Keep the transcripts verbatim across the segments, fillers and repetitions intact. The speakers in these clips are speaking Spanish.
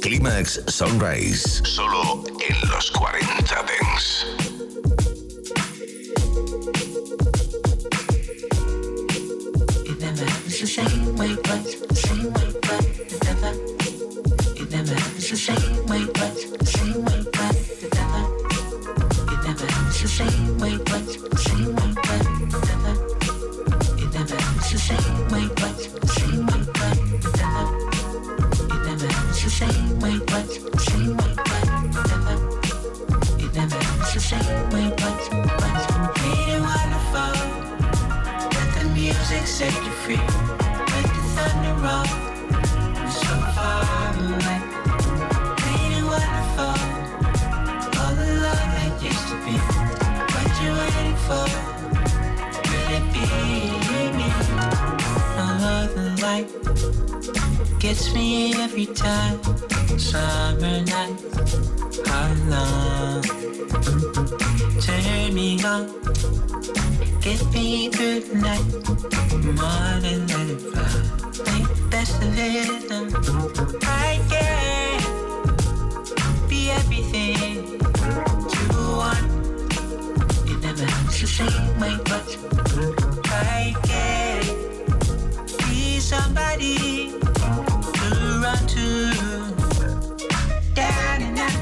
Climax Sunrise, solo en los cuarenta Dance. It never happens the same way, but the same way, but it never. It never happens the same way, but the same way, but it never. It never happens the same way, but the same way, but it never. It never happens the same way, but the same way, but it never. It never happens the same way, but the same way, but it never. It never happens the same way, but but ain't it wonderful? Let the music set you free. Let the thunder roll so far away. Ain't it wonderful? All the love that used to be. What you waiting for? Will it be me? All the light gets me every time. Summer nights are long. Turn me on, get me through the night. More than let it fly. Make the best of it. I can be everything you want. It never happens the same way, but I can be somebody to run to. Down and out.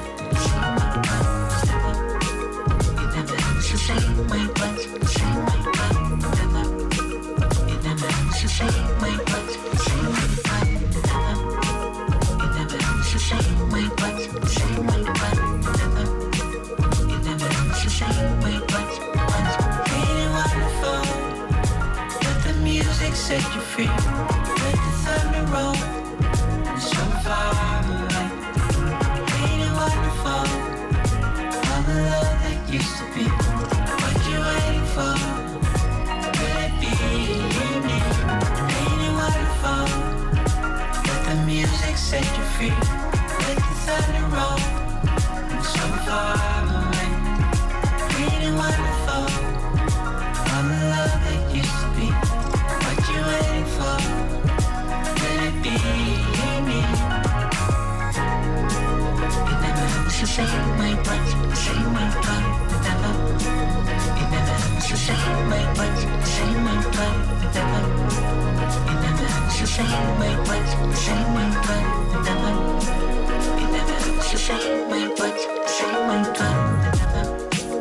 It never happens the same way, but the same way, but it never. It never happens the same way, but the same way, but it never. It never happens the same way, but the same way, but it never. It never happens the same way, but but ain't it wonderful? Let the music set you free. Let the thunder roll so far away. Ain't it wonderful? All the love that used to be. What you waiting for? Will it be me? Ain't it wonderful? Let the music set you free. Let the thunder roll so far away. Ain't it wonderful? All the love that used to be. What you waiting for? Will it be me? It never happens the same way, but the same way, but it never. It never happens the same way, but the same way, but it never. It never happens the same way, but the same way, but it never. It never happens the same way, but the same way, but it never.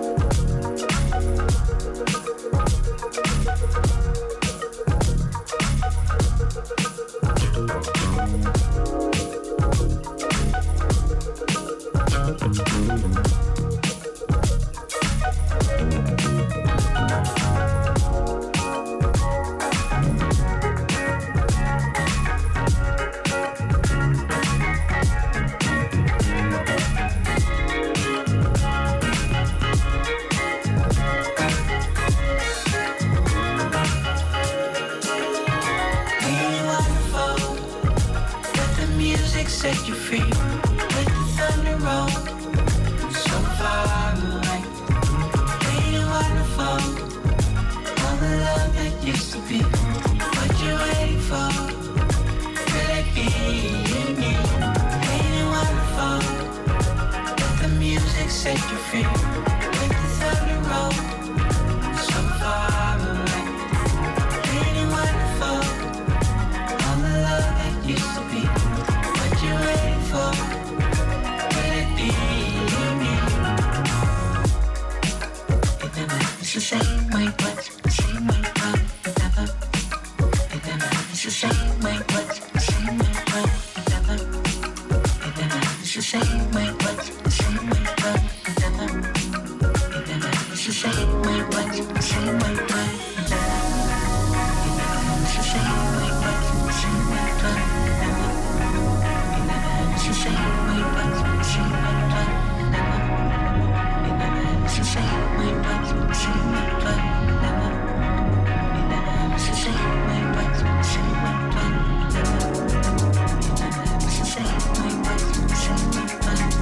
Set you free, let the thunder roll so far away. Ain't it wonderful? All the love that used to be. What you waiting for? Will it be me? Ain't it wonderful? Let the music set you free. Let the thunder roll so far away. Ain't it wonderful? All the love that used to be. What you waiting for? Will it be me? It never happens the same way, but the same way, but it never. It never happens the same way, but the same way, but it never. It never happens the same way, but the same way, but it never. It never happens the same way, but the same way, but it never. It never happens the same way, but the same way, but it never. It's the same way, but the same way, but it never. It never happens the same way, but the same way, but it never. It never happens the same way, but the same way, but it never. It never happens the same way, but the same way, but it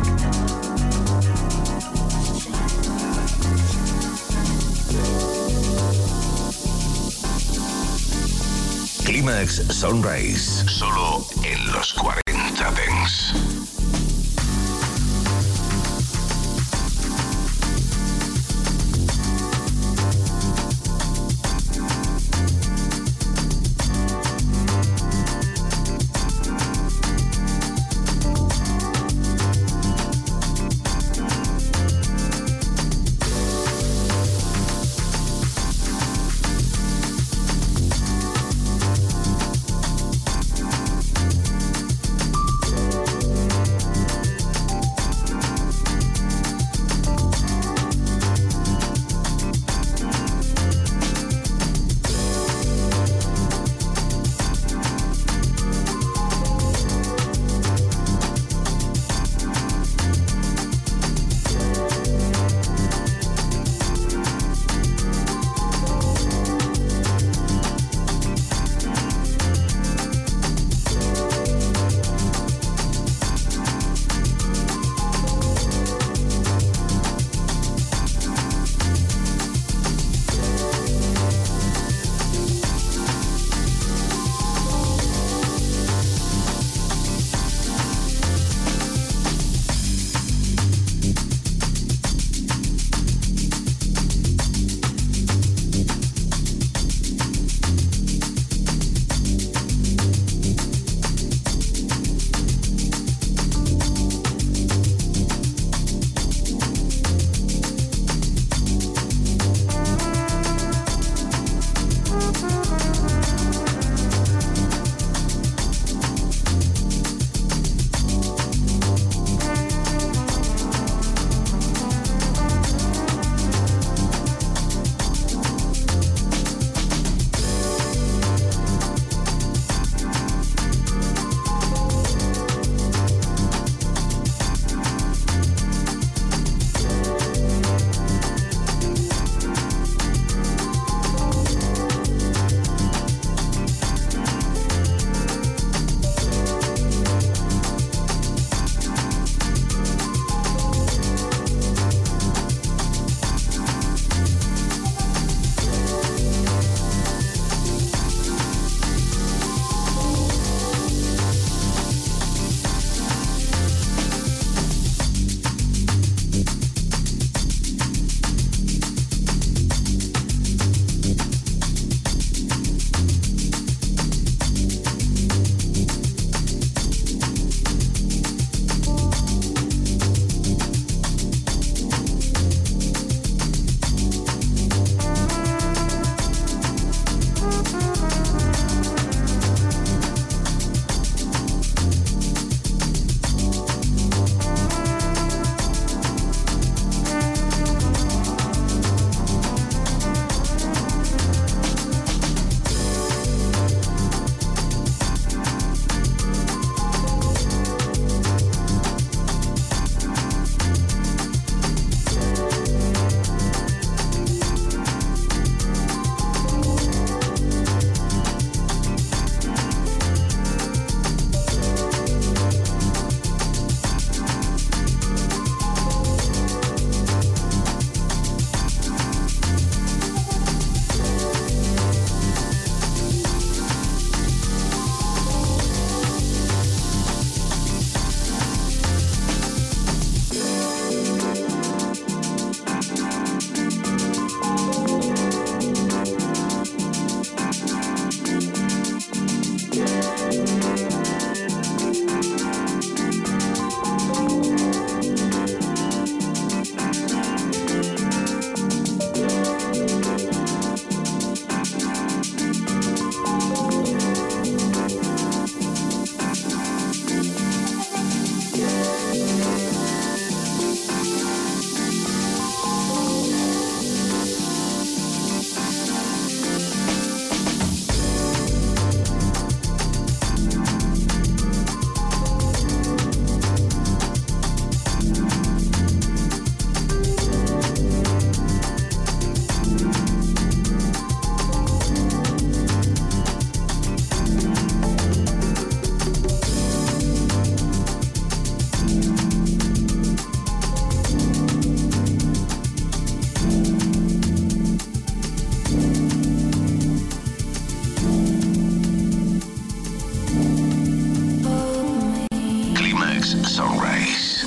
Climax Sunrise, solo en los cuarenta Dance. Sunrise.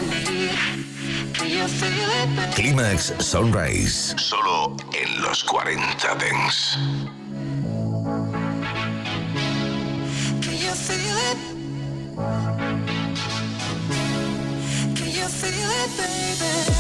Climax Sunrise, solo en los cuarenta Dance. Can you feel it? Can you feel it, baby?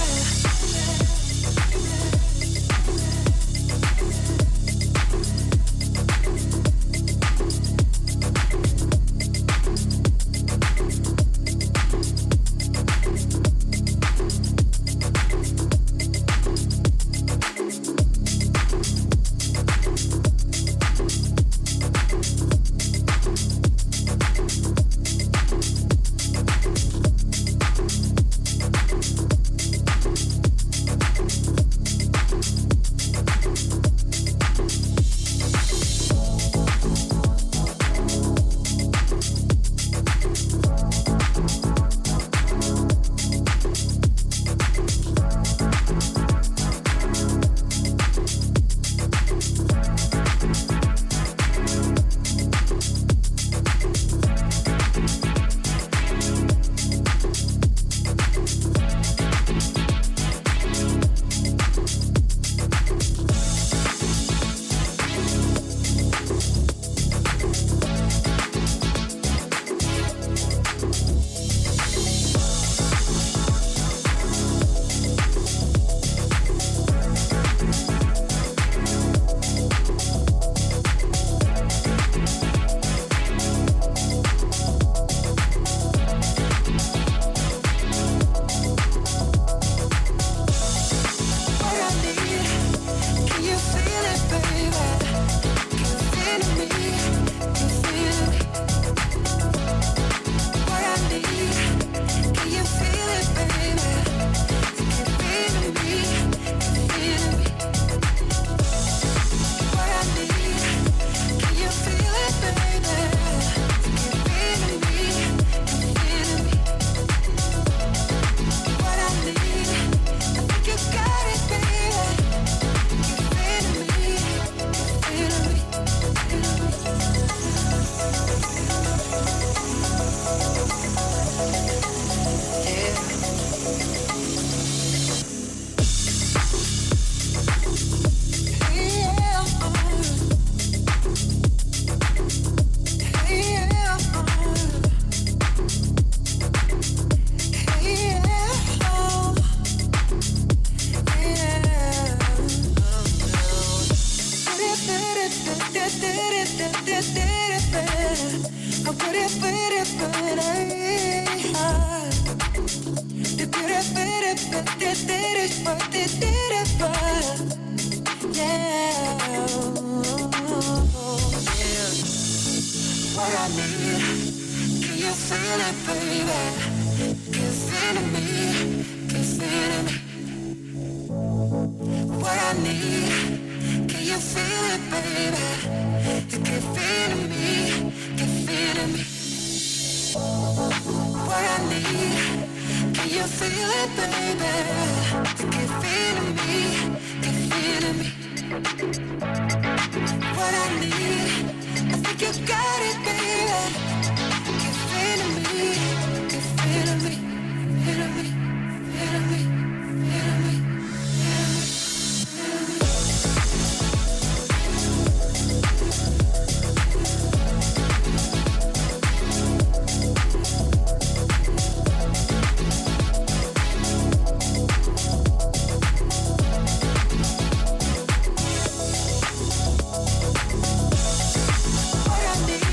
What I need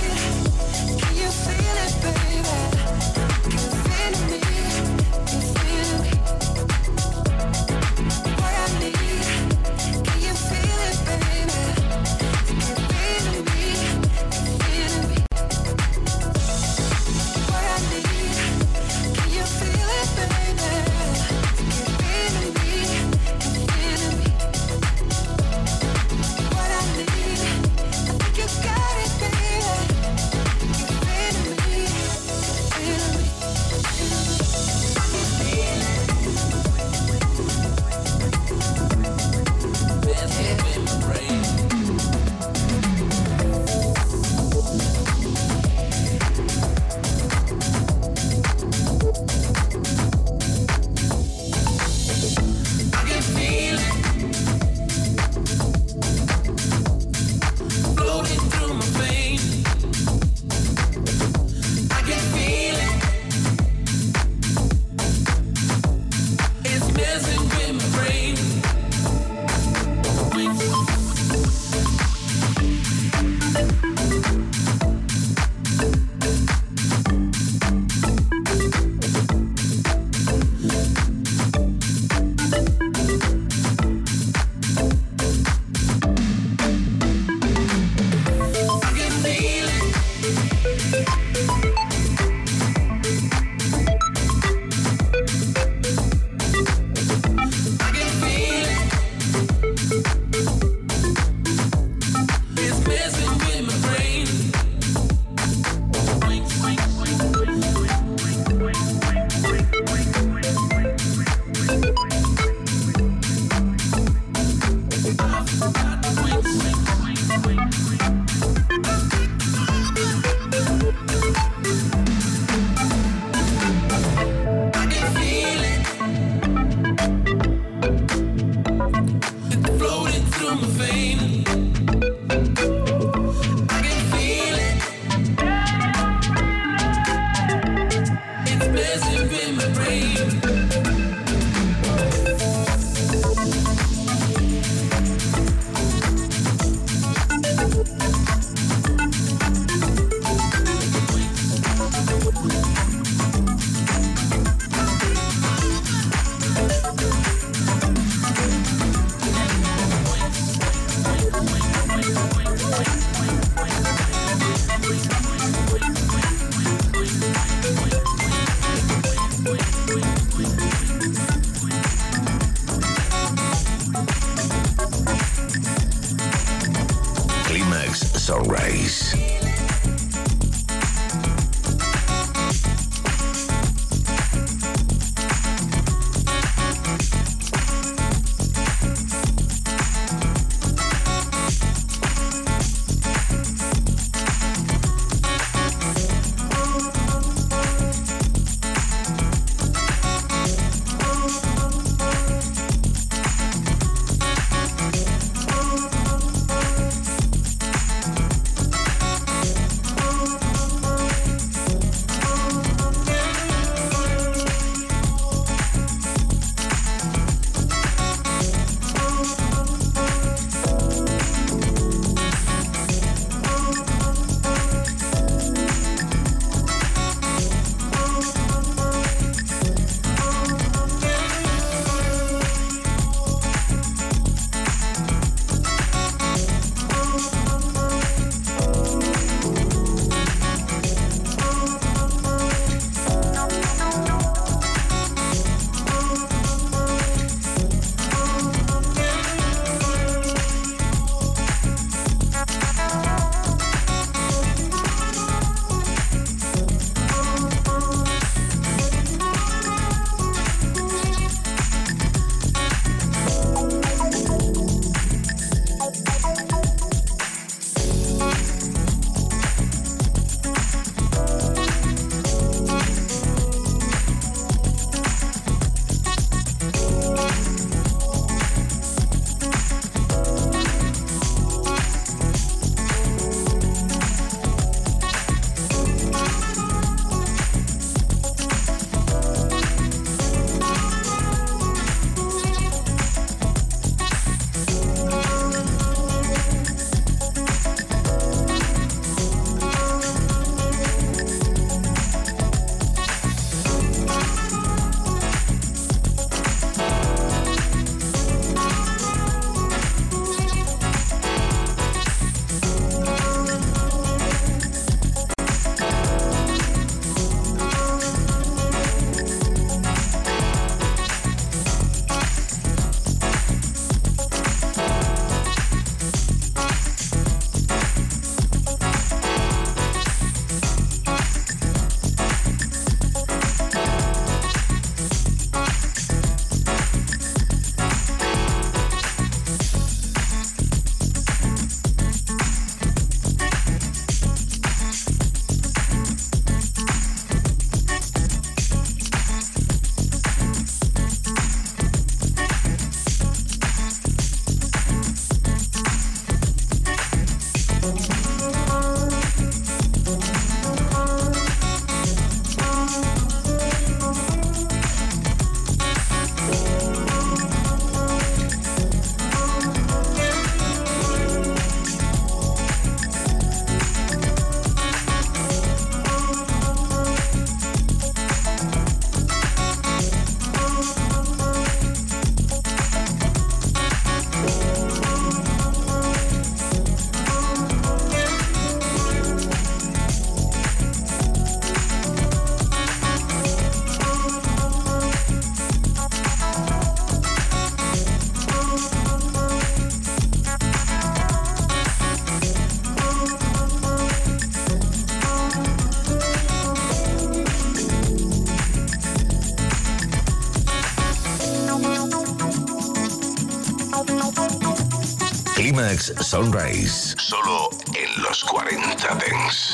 Climax Sunrise. Solo en los cuarenta Dance.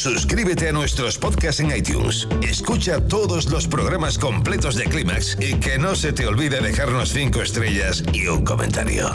suscríbete a nuestros podcasts en iTunes. Escucha todos los programas completos de Clímax y que no se te olvide dejarnos cinco estrellas y un comentario.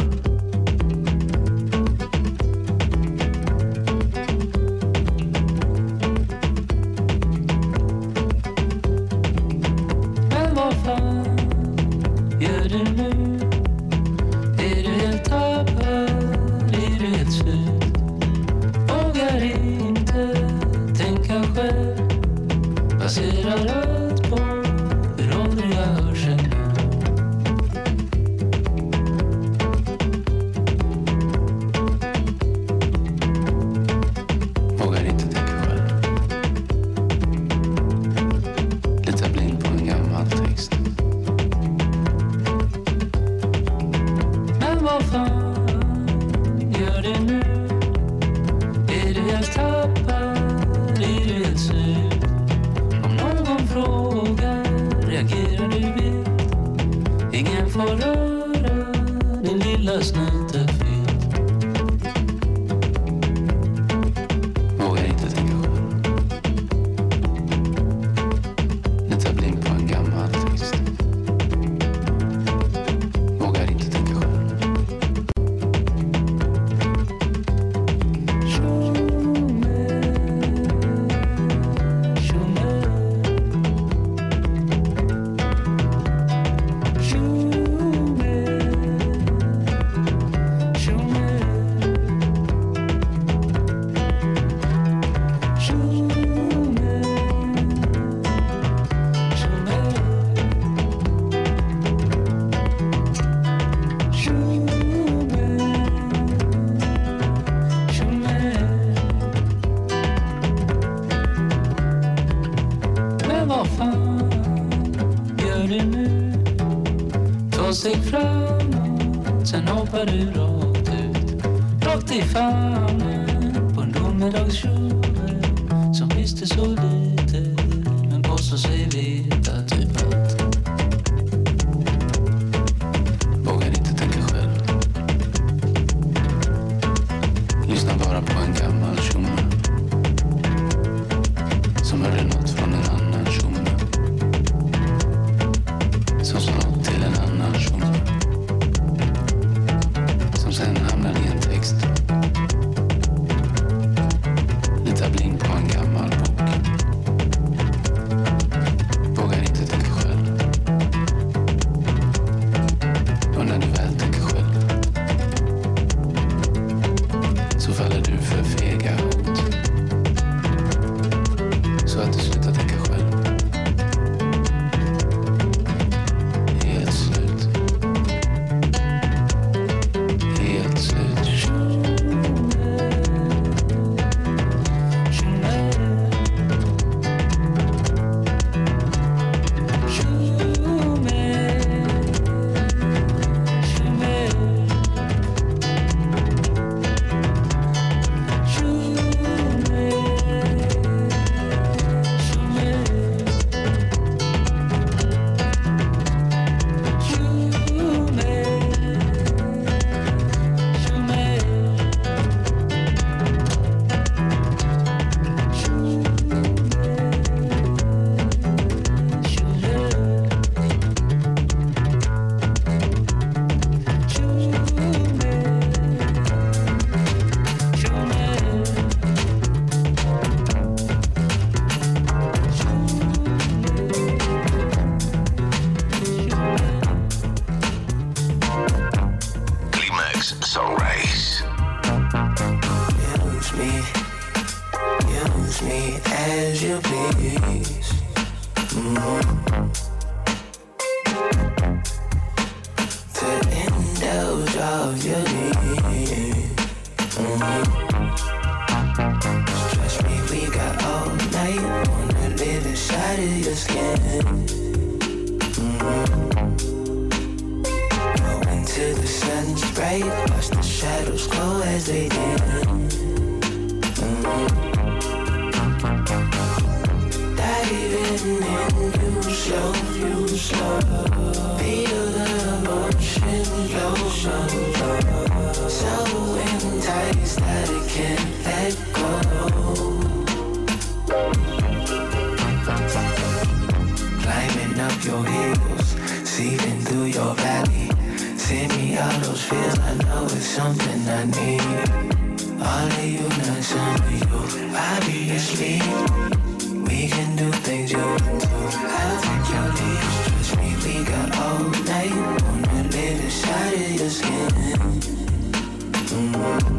feels, I know it's something I need. All of you, not some of you. I'll be asleep. We can do things you can do. I'll take your lead. Trust me, we got all night. Wanna live inside of your skin. Mm-hmm.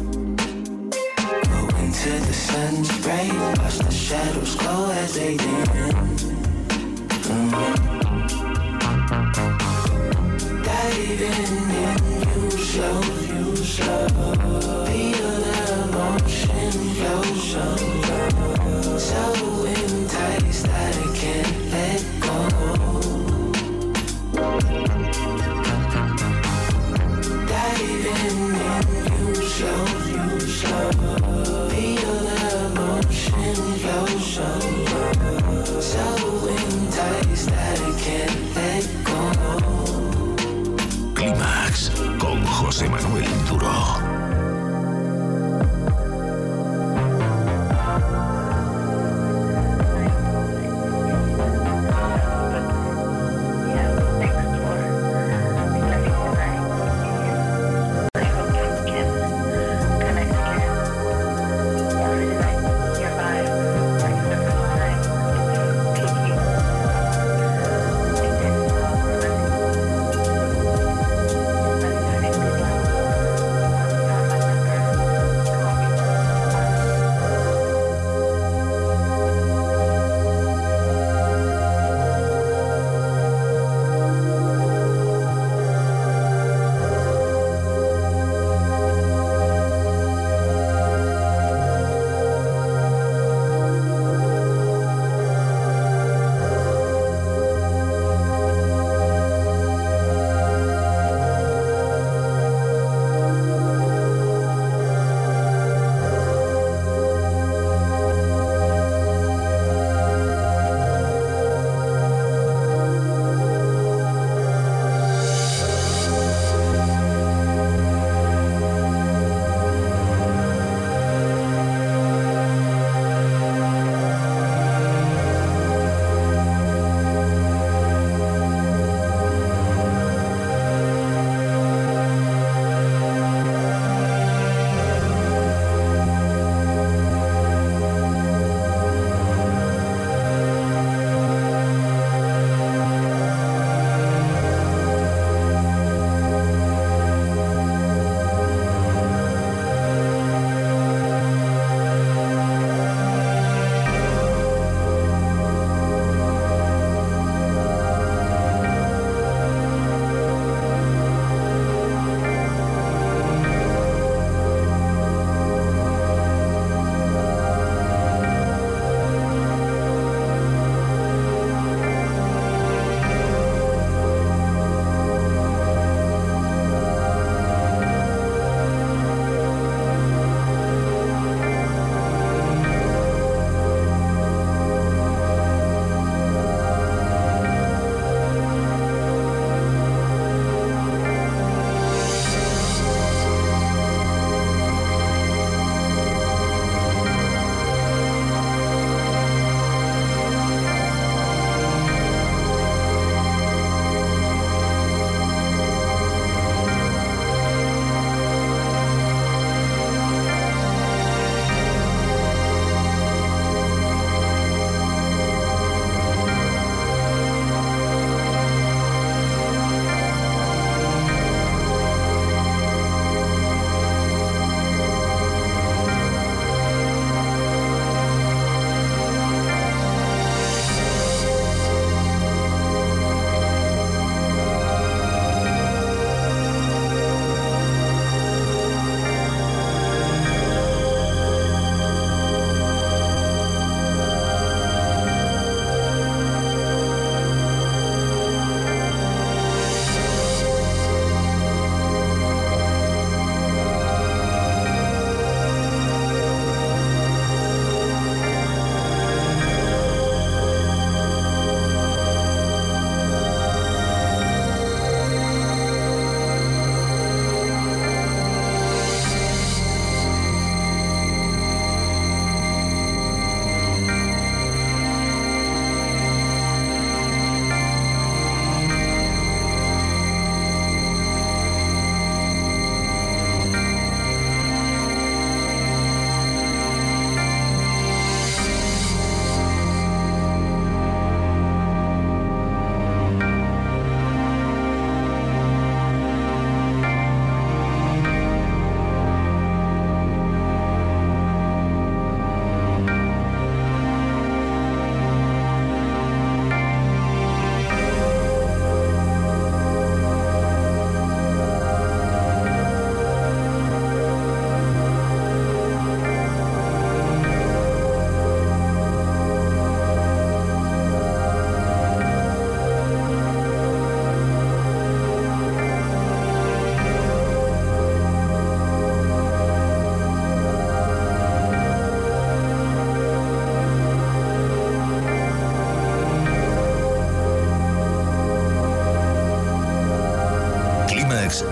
Go into the sun's bright. Watch the shadows go as they dance. Mm-hmm. Diving in, you slow, you slow. Feel the emotion flow so low. So enticed that I can't let go. Diving in, you slow, you slow. Feel the emotion flow so low. So enticed that I can't let go. Clímax con José Manuel Duro. Bye.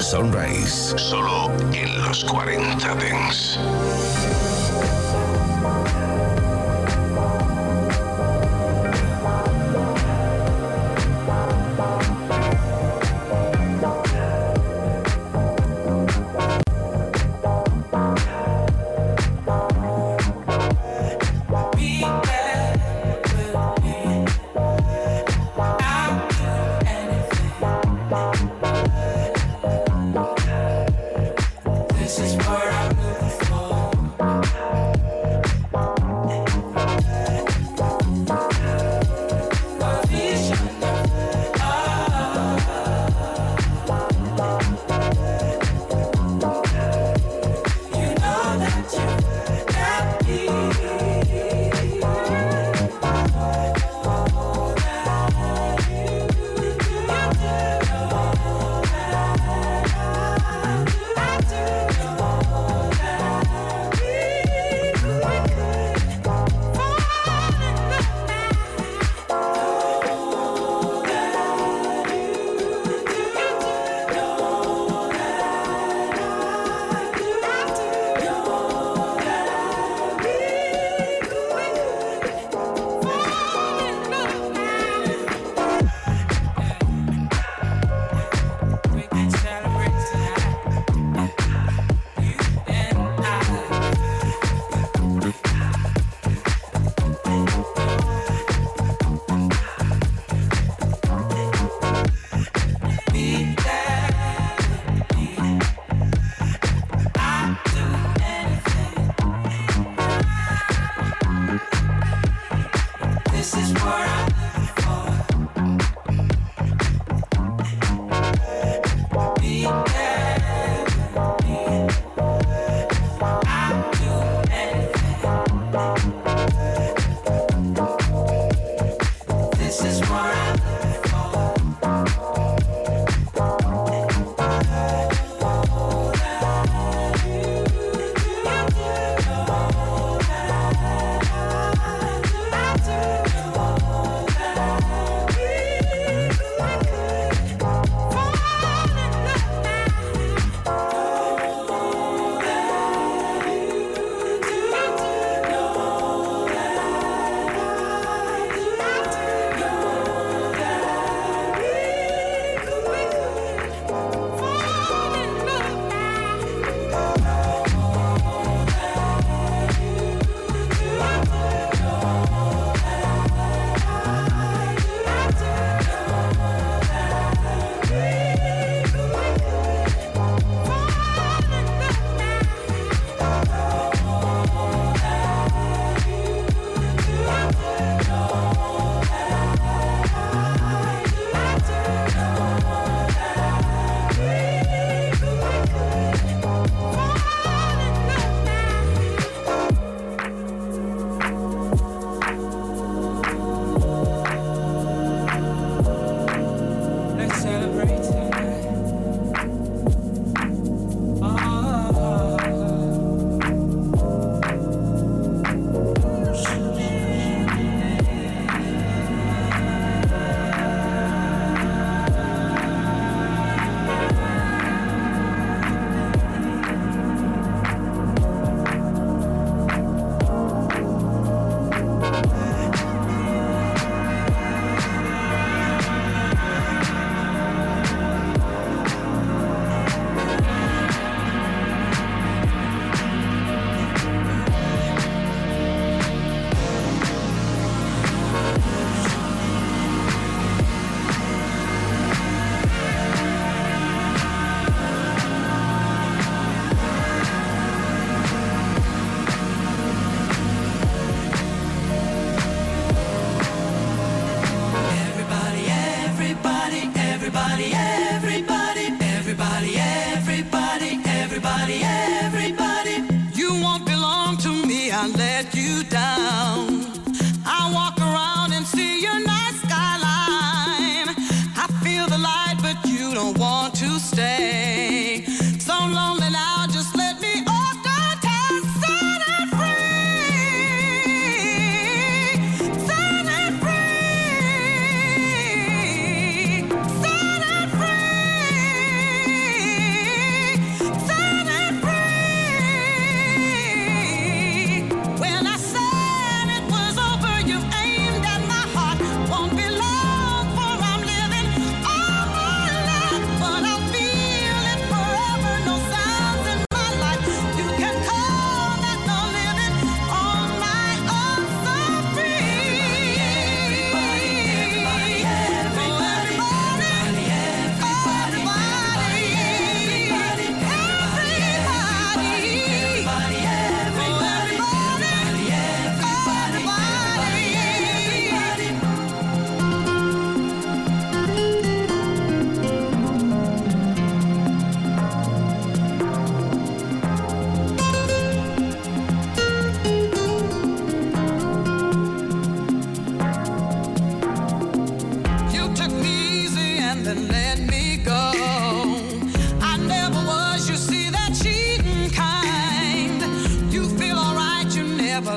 Sunrise. Solo en los cuarenta Dance.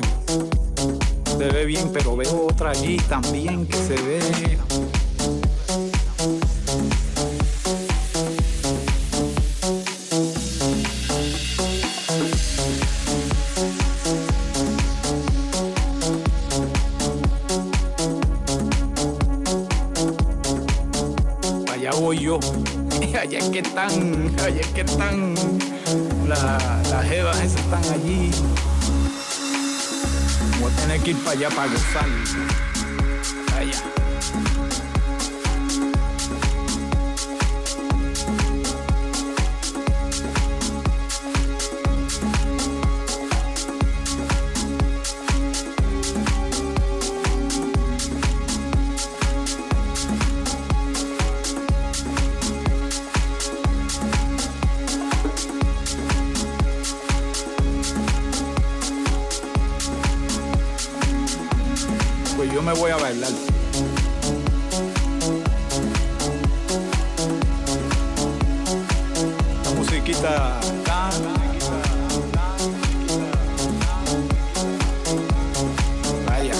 se ve bien, pero veo otra allí también que se ve. Allá voy yo. Allá es que están, allá es que están, la- las jevas esas están allí. Voy a tener que ir para allá para gozar. Allá. Pues yo me voy a bailar. La musiquita tan, vaya.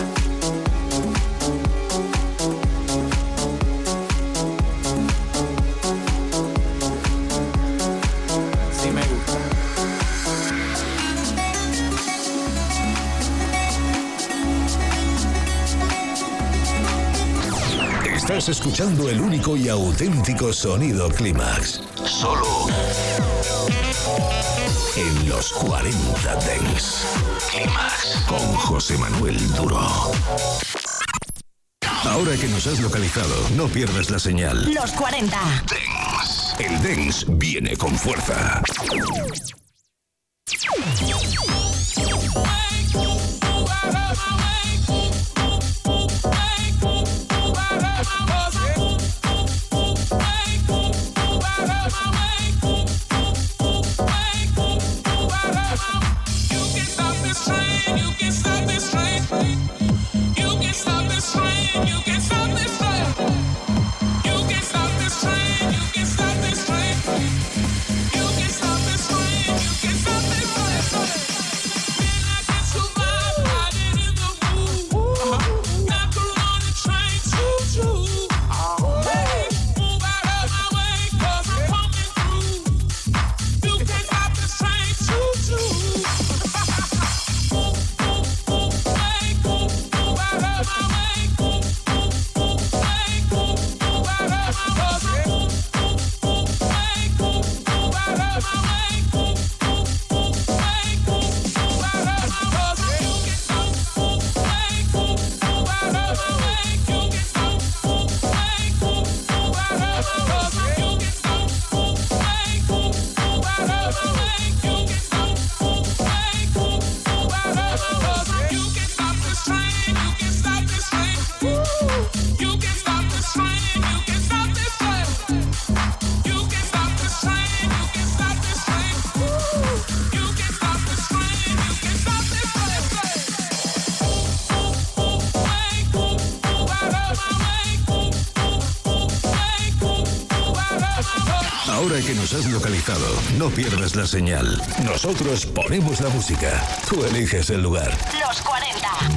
Sí me gusta. Estás escuchando el único y auténtico sonido Clímax. Solo en los cuarenta Dance. Clímax con José Manuel Duro. Ahora que nos has localizado, no pierdas la señal. Los cuarenta. Dance. El Dance viene con fuerza. Ahora que nos has localizado, no pierdas la señal. Nosotros ponemos la música. Tú eliges el lugar. Los cuarenta.